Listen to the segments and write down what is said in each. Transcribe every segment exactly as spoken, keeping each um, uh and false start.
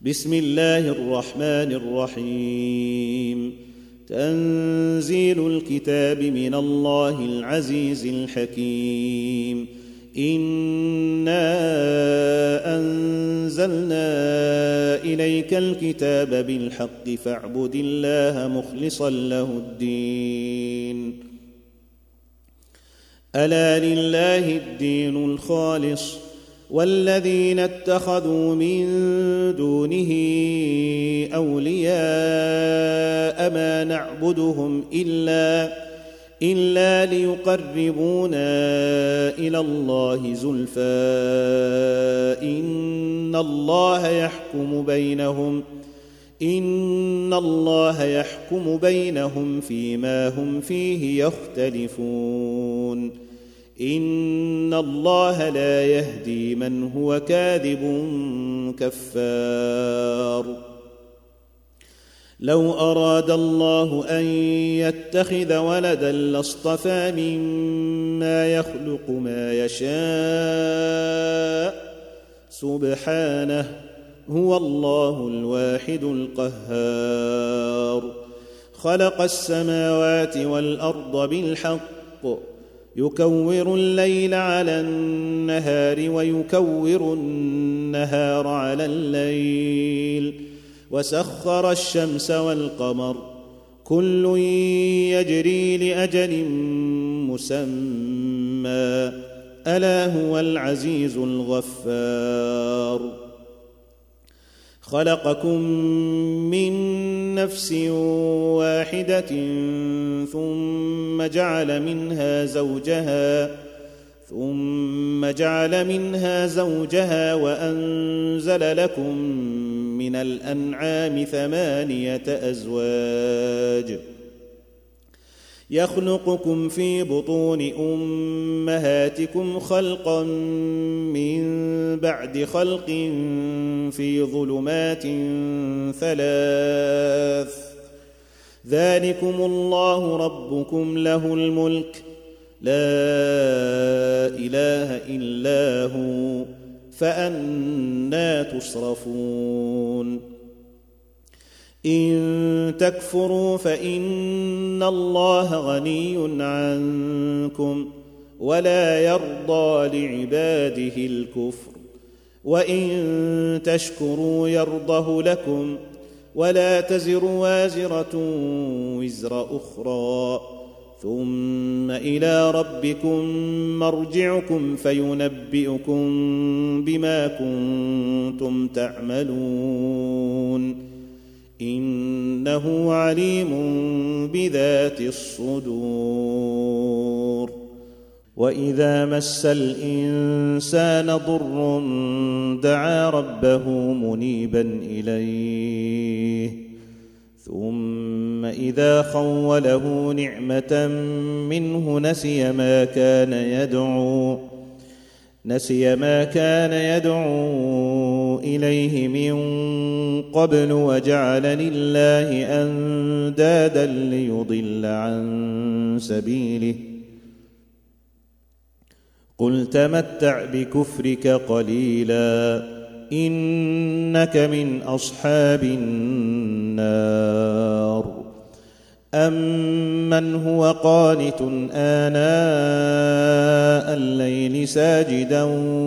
بسم الله الرحمن الرحيم. تنزيل الكتاب من الله العزيز الحكيم. إنا أنزلنا إليك الكتاب بالحق فاعبد الله مخلصا له الدين. ألا لله الدين الخالص والذين اتخذوا من دونه أولياء ما نعبدهم إلا, إلا ليقربونا إلى الله زلفى إن الله يحكم بينهم إن الله يحكم بينهم فيما هم فيه يختلفون. إن الله لا يهدي من هو كاذب كفار. لو أراد الله أن يتخذ ولدا لاصطفى مما يخلق ما يشاء سبحانه هو الله الواحد القهار. خلق السماوات والأرض بالحق يكور الليل على النهار ويكور النهار على الليل وسخر الشمس والقمر كل يجري لأجل مسمى ألا هو العزيز الغفار. خلقكم من نفس واحدة ثم جعل منها زوجها ثم جعل منها زوجها وأنزل لكم من الأنعام ثمانية أزواج يخلقكم في بطون أمهاتكم خلقا من بعد خلق في ظلمات ثلاث ذلكم الله ربكم له الملك لا إله إلا هو فأنى تصرفون. إن تكفروا فإن الله غني عنكم ولا يرضى لعباده الكفر وإن تشكروا يرضه لكم ولا تزر وازرة وزر أخرى ثم إلى ربكم مرجعكم فينبئكم بما كنتم تعملون إنه عليم بذات الصدور. وإذا مس الإنسان ضر دعا ربه منيبا إليه ثم إذا خوله نعمة منه نسي ما كان يدعو نسي ما كان يدعو إليه من قبل وجعل لله أندادا ليضل عن سبيله قل تمتع بكفرك قليلا إنك من أصحاب النار. أمن هو قانت آناء الليل ساجدا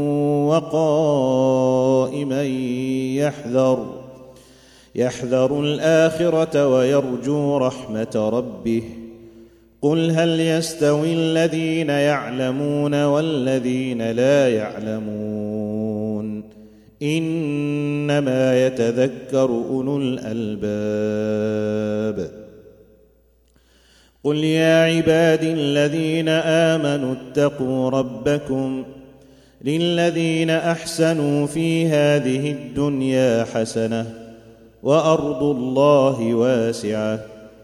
وقائما يحذر يحذر الآخرة ويرجو رحمة ربه قل هل يستوي الذين يعلمون والذين لا يعلمون إنما يتذكر أولو الألباب. قل يا عبادي الذين آمنوا اتقوا ربكم للذين أحسنوا في هذه الدنيا حسنة وأرض الله واسعة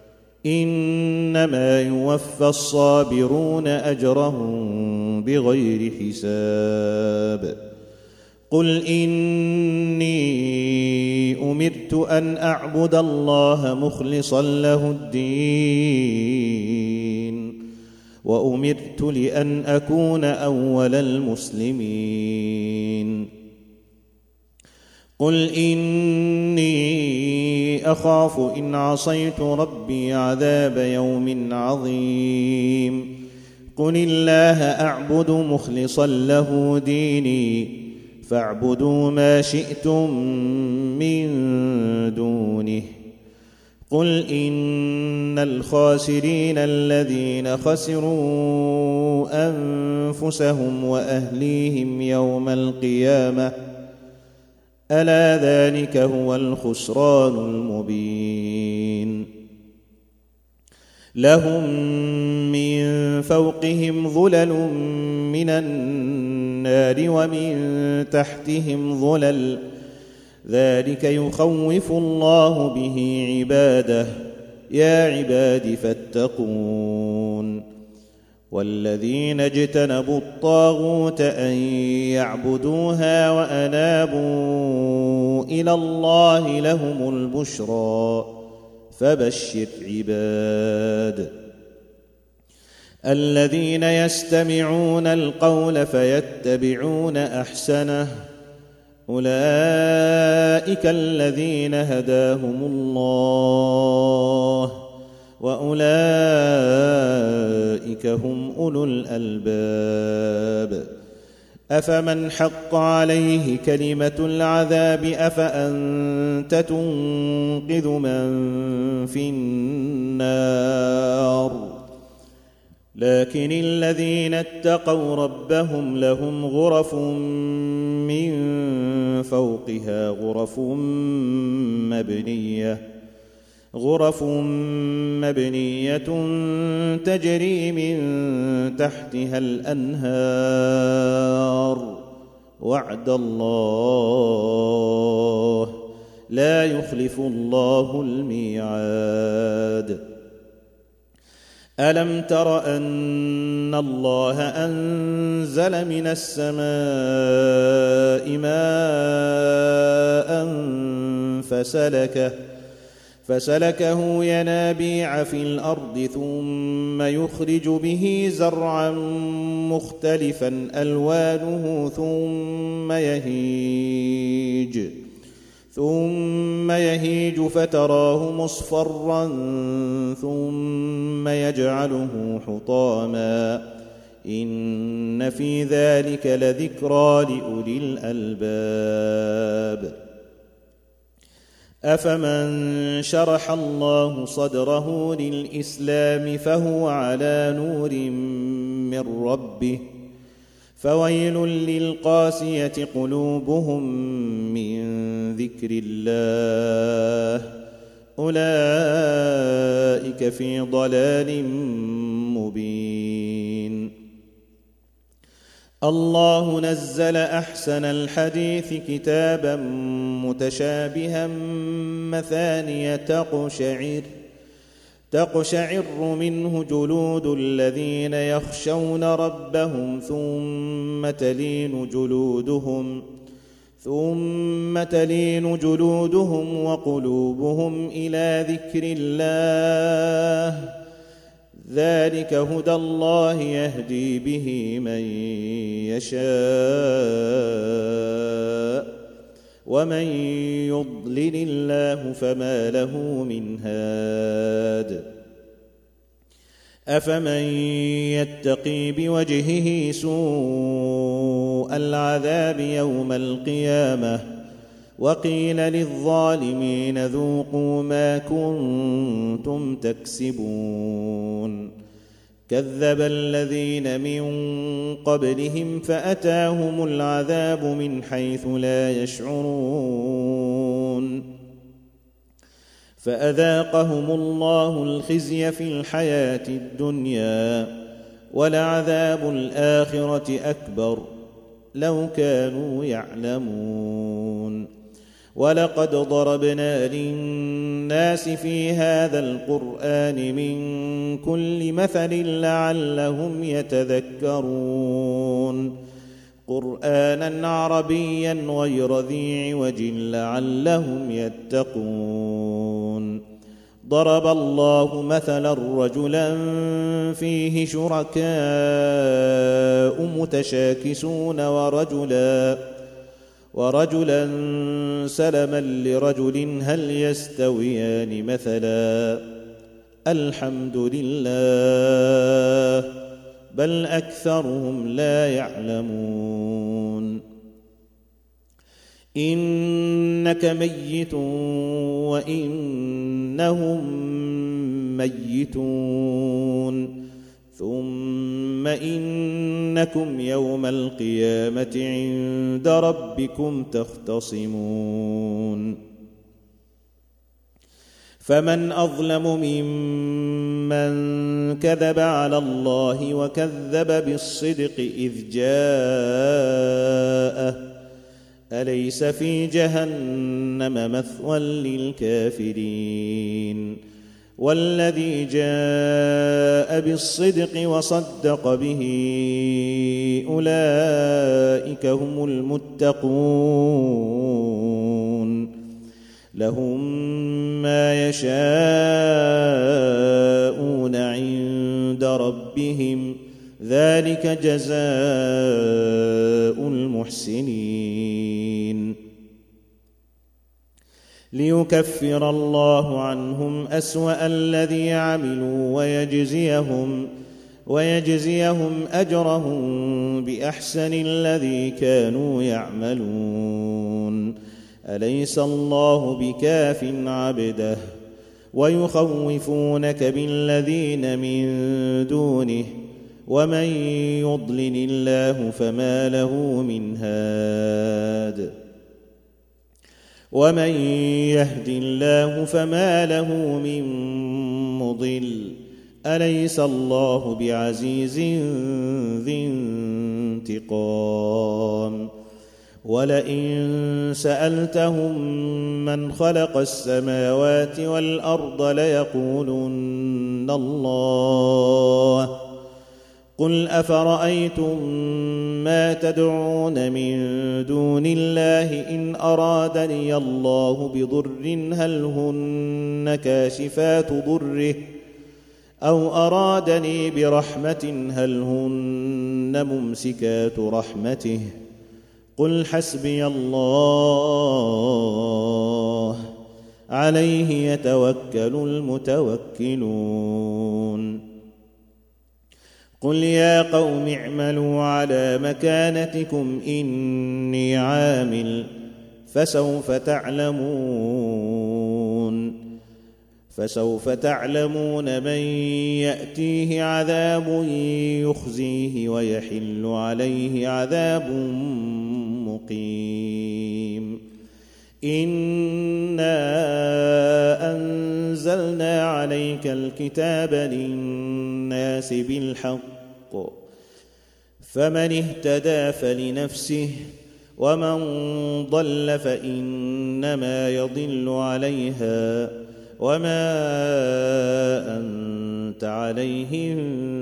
إنما يوفى الصابرون أجرهم بغير حساب. قل إني أمرت أن أعبد الله مخلصا له الدين وأمرت لأن أكون أول المسلمين. قل إني أخاف إن عصيت ربي عذاب يوم عظيم قل الله أعبد مخلصا له ديني فاعبدوا ما شئتم من دونه قل إن الخاسرين الذين خسروا أنفسهم وأهليهم يوم القيامة ألا ذلك هو الخسران المبين لهم من فوقهم ظلل من النار ومن تحتهم ظلل ذلك يخوف الله به عباده يا عباد فاتقون والذين اجتنبوا الطاغوت أن يعبدوها وأنابوا إلى الله لهم البشرى فبشر عباد الذين يستمعون القول فيتبعون أحسنه أولئك الذين هداهم الله وأولئك هم أولو الألباب أفمن حق عليه كلمة العذاب أفأنت تنقذ من في النار لكن الذين اتقوا ربهم لهم غرف من فوقها غرف مبنية غرف مبنية تجري من تحتها الأنهار وعد الله لا يخلف الله الميعاد ألم تر أن الله أنزل من السماء ماء فسلكه فسلكه ينابيع في الأرض ثم يخرج به زرعا مختلفا ألوانه ثم يهيج ثم يهيج فتراه مصفرا ثم يجعله حطاما إن في ذلك لذكرى لأولي الألباب أفمن شرح الله صدره للإسلام فهو على نور من ربه فويل للقاسية قلوبهم من ذكر الله أولئك في ضلال مبين الله نزل أحسن الحديث كتابا متشابها مثانية تقشعر تقشعر منه جلود الذين يخشون ربهم ثم تلين جلودهم ثم تلين جلودهم وقلوبهم إلى ذكر الله ذلك هدى الله يهدي به من يشاء ومن يضلل الله فما له من هاد أفمن يتقي بوجهه سوء العذاب يوم القيامة وقيل للظالمين ذوقوا ما كنتم تكسبون كذب الذين من قبلهم فأتاهم العذاب من حيث لا يشعرون فأذاقهم الله الخزي في الحياة الدنيا ولعذاب الآخرة أكبر لو كانوا يعلمون ولقد ضربنا للناس في هذا القرآن من كل مثل لعلهم يتذكرون قرآنا عربيا غير ذي عوج لعلهم يتقون ضرب الله مثلا رجلا فيه شركاء متشاكسون ورجلا ورجلا سلما لرجل هل يستويان مثلا الحمد لله بل أكثرهم لا يعلمون إنك ميت وإنهم ميتون ثم إنكم يوم القيامة عند ربكم تختصمون فمن أظلم ممن كذب على الله وكذب بالصدق إذ جاءه أليس في جهنم مثوى للكافرين والذي جاء بالصدق وصدق به أولئك هم المتقون لهم ما يشاءون عند ربهم ذلك جزاء المحسنين ليكفر الله عنهم أسوأ الذي عملوا ويجزيهم ويجزيهم أجرهم بأحسن الذي كانوا يعملون أليس الله بكاف عبده ويخوفونك بالذين من دونه ومن يضلل الله فما له من هاد ومن يهد الله فما له من مضل أليس الله بعزيز ذي انتقام ولئن سألتهم من خلق السماوات والأرض ليقولن الله قل أفرأيتم ما تدعون من دون الله إن أرادني الله بضر هل هن كاشفات ضره أو أرادني برحمة هل هن ممسكات رحمته قل حسبي الله عليه يتوكل المتوكلون قل يا قوم اعملوا على مكانتكم إني عامل فسوف تعلمون فسوف تعلمون من يأتيه عذاب يخزيه ويحل عليه عذاب مقيم إنا أنزلنا عليك الكتاب للناس بالحق فمن اهتدى فلنفسه ومن ضل فإنما يضل عليها وما أنت عليهم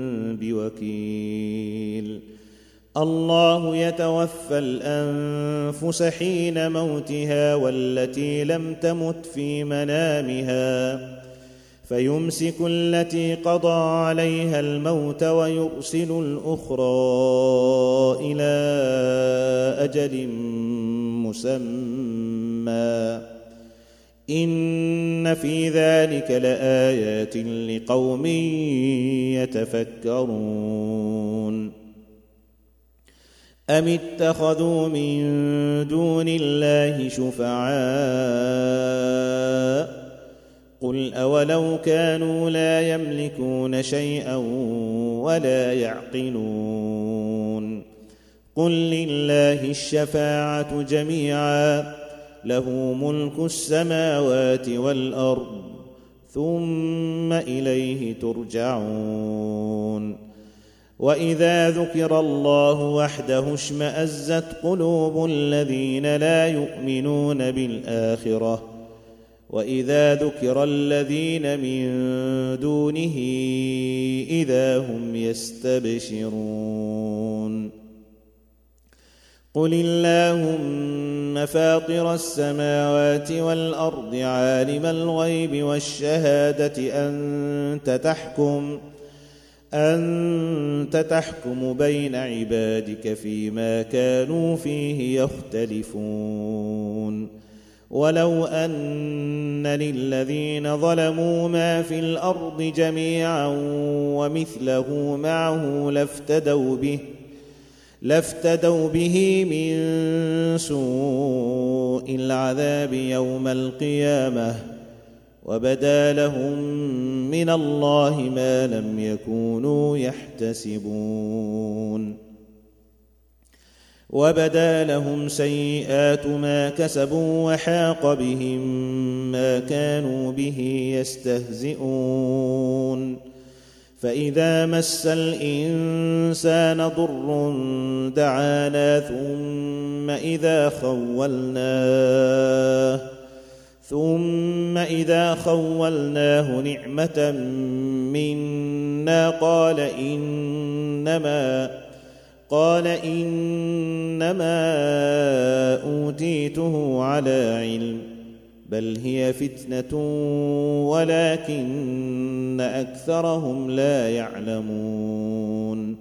بوكيل الله يتوفى الأنفس حين موتها والتي لم تمت في منامها فيمسك التي قضى عليها الموت ويرسل الأخرى إلى أجل مسمى إن في ذلك لآيات لقوم يتفكرون أم اتخذوا من دون الله شفعاء قل أولو كانوا لا يملكون شيئا ولا يعقلون قل لله الشفاعة جميعا له ملك السماوات والأرض ثم إليه ترجعون وإذا ذكر الله وحده اشمأزت قلوب الذين لا يؤمنون بالآخرة وإذا ذكر الذين من دونه إذا هم يستبشرون قل اللهم فاطر السماوات والأرض عالم الغيب والشهادة أنت تحكم أنت تحكم بين عبادك فيما كانوا فيه يختلفون ولو أن للذين ظلموا ما في الأرض جميعا ومثله معه لافتدوا به لافتدوا به من سوء العذاب يوم القيامة وبدا لهم من الله ما لم يكونوا يحتسبون وبدا لهم سيئات ما كسبوا وحاق بهم ما كانوا به يستهزئون فإذا مس الإنسان ضر دعانا ثم إذا خولناه ثم إذا خولناه نعمة منا قال إنما قال إنما أوتيته على علم بل هي فتنة ولكن أكثرهم لا يعلمون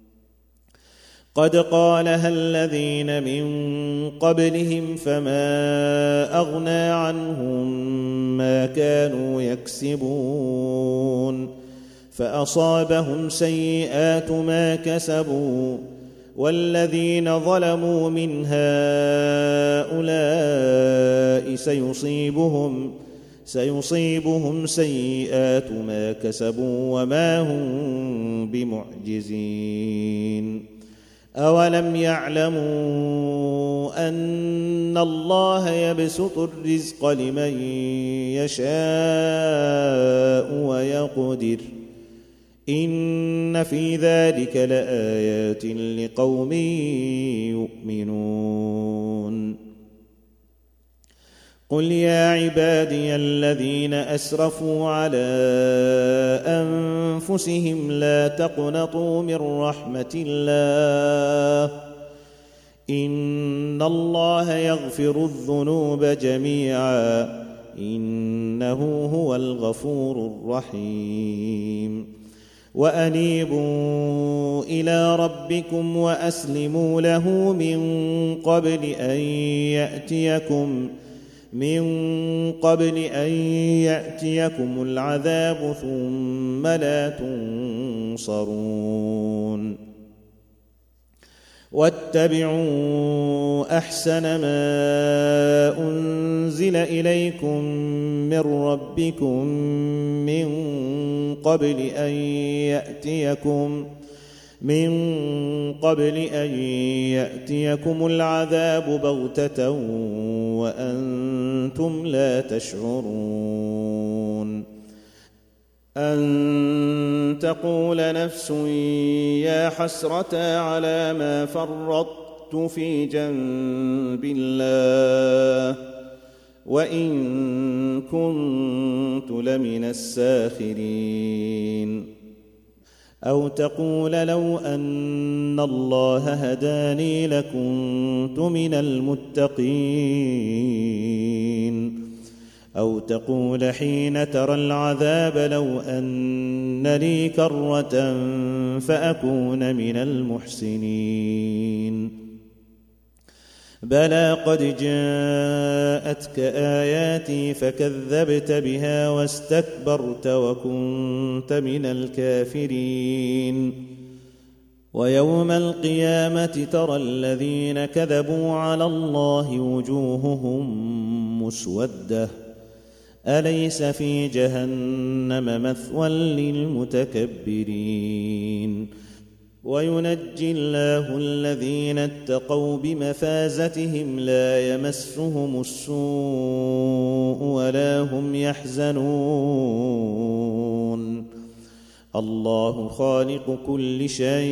قد قالها الذين من قبلهم فما أغنى عنهم ما كانوا يكسبون فأصابهم سيئات ما كسبوا والذين ظلموا من هؤلاء سيصيبهم سيصيبهم سيئات ما كسبوا وما هم بمعجزين أولم يعلموا أن الله يبسط الرزق لمن يشاء ويقدر إن في ذلك لآيات لقوم يؤمنون قل يا عبادي الذين أسرفوا على أنفسهم لا تقنطوا من رحمة الله إن الله يغفر الذنوب جميعا إنه هو الغفور الرحيم وأنيبوا إلى ربكم وأسلموا له من قبل أن يأتيكم من قبل أن يأتيكم العذاب ثم لا تنصرون واتبعوا أحسن ما أنزل إليكم من ربكم من قبل أن يأتيكم من قبل أن يأتيكم العذاب بغتة وأنتم لا تشعرون أن تقول نفس يا حسرة على ما فرطت في جنب الله وإن كنت لمن الساخرين أو تقول لو أن الله هداني لكنت من المتقين أو تقول حين ترى العذاب لو أن لي كرة فأكون من المحسنين بلى قد جاءتك آياتي فكذبت بها واستكبرت وكنت من الكافرين ويوم القيامة ترى الذين كذبوا على الله وجوههم مسودة أليس في جهنم مثوى للمتكبرين وينجي الله الذين اتقوا بمفازتهم لا يمسهم السوء ولا هم يحزنون الله خالق كل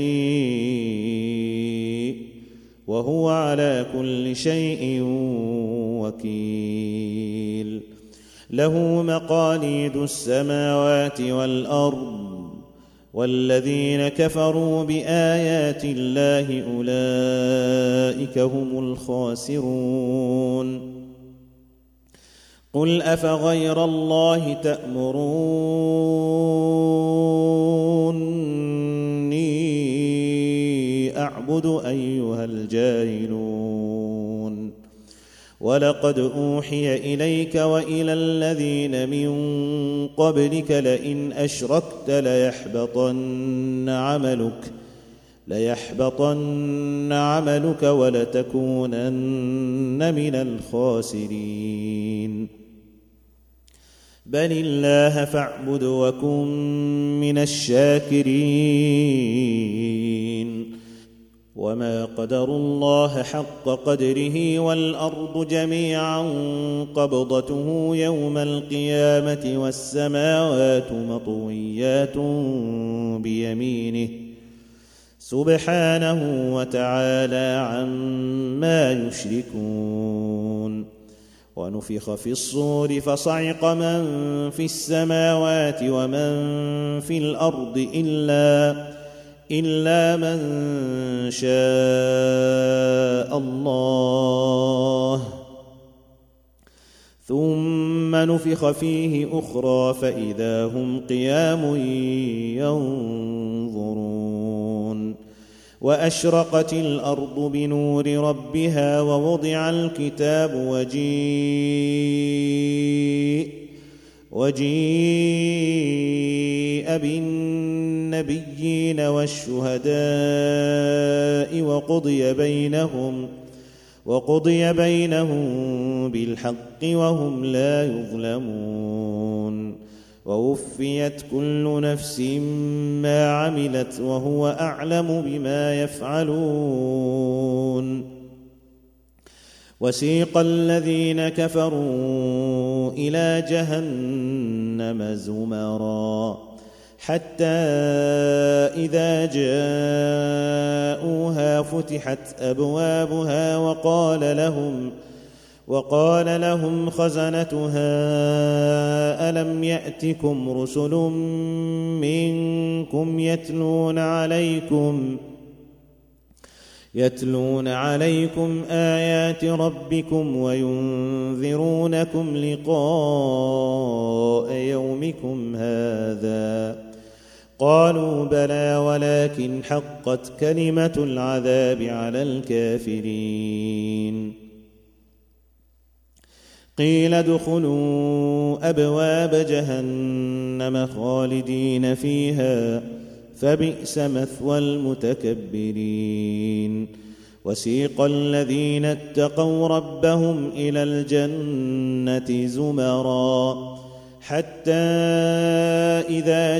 شيء وهو على كل شيء وكيل له مقاليد السماوات والأرض والذين كفروا بآيات الله أولئك هم الخاسرون قل أفغير الله تأمروني أعبد أيها الجاهلون ولقد أوحي إليك وإلى الذين من قبلك لئن أشركت ليحبطن عملك ليحبطن عملك ولتكونن من الخاسرين بل الله فاعبد وكن من الشاكرين وما قدروا الله حق قدره والأرض جميعا قبضته يوم القيامة والسماوات مطويات بيمينه سبحانه وتعالى عما يشركون ونفخ في الصور فصعق من في السماوات ومن في الأرض إلا إلا من شاء الله ثم نفخ فيه أخرى فإذا هم قيام ينظرون وأشرقت الأرض بنور ربها ووضع الكتاب وجيء وجيء بالنبيين والشهداء وقضي بينهم وقضي بينهم بالحق وهم لا يظلمون ووفيت كل نفس ما عملت وهو أعلم بما يفعلون وسيق الذين كفروا إلى جهنم زمرا حتى إذا جاءوها فتحت أبوابها وقال لهم وقال لهم خزنتها ألم يأتكم رسل منكم يتلون عليكم يتلون عليكم آيات ربكم وينذرونكم لقاء يومكم هذا قالوا بلى ولكن حقت كلمة العذاب على الكافرين قيل ادخلوا أبواب جهنم خالدين فيها فبئس مثوى المتكبرين وسيق الذين اتقوا ربهم إلى الجنة زمرا حتى إذا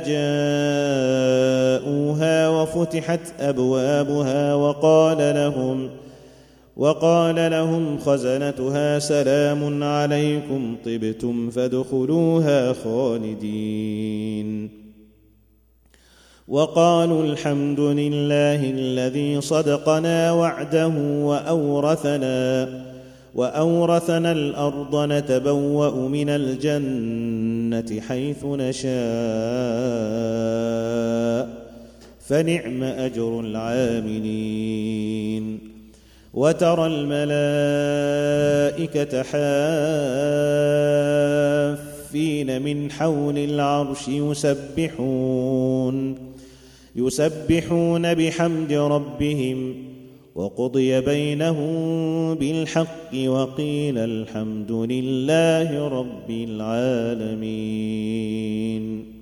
جاءوها وفتحت أبوابها وقال لهم وقال لهم خزنتها سلام عليكم طبتم فادخلوها خالدين وقالوا الحمد لله الذي صدقنا وعده وأورثنا وأورثنا الأرض نتبوأ من الجنة حيث نشاء فنعم أجر العاملين وترى الملائكة حافين من حول العرش يسبحون يسبحون بحمد ربهم وقضي بينهم بالحق وقيل الحمد لله رب العالمين.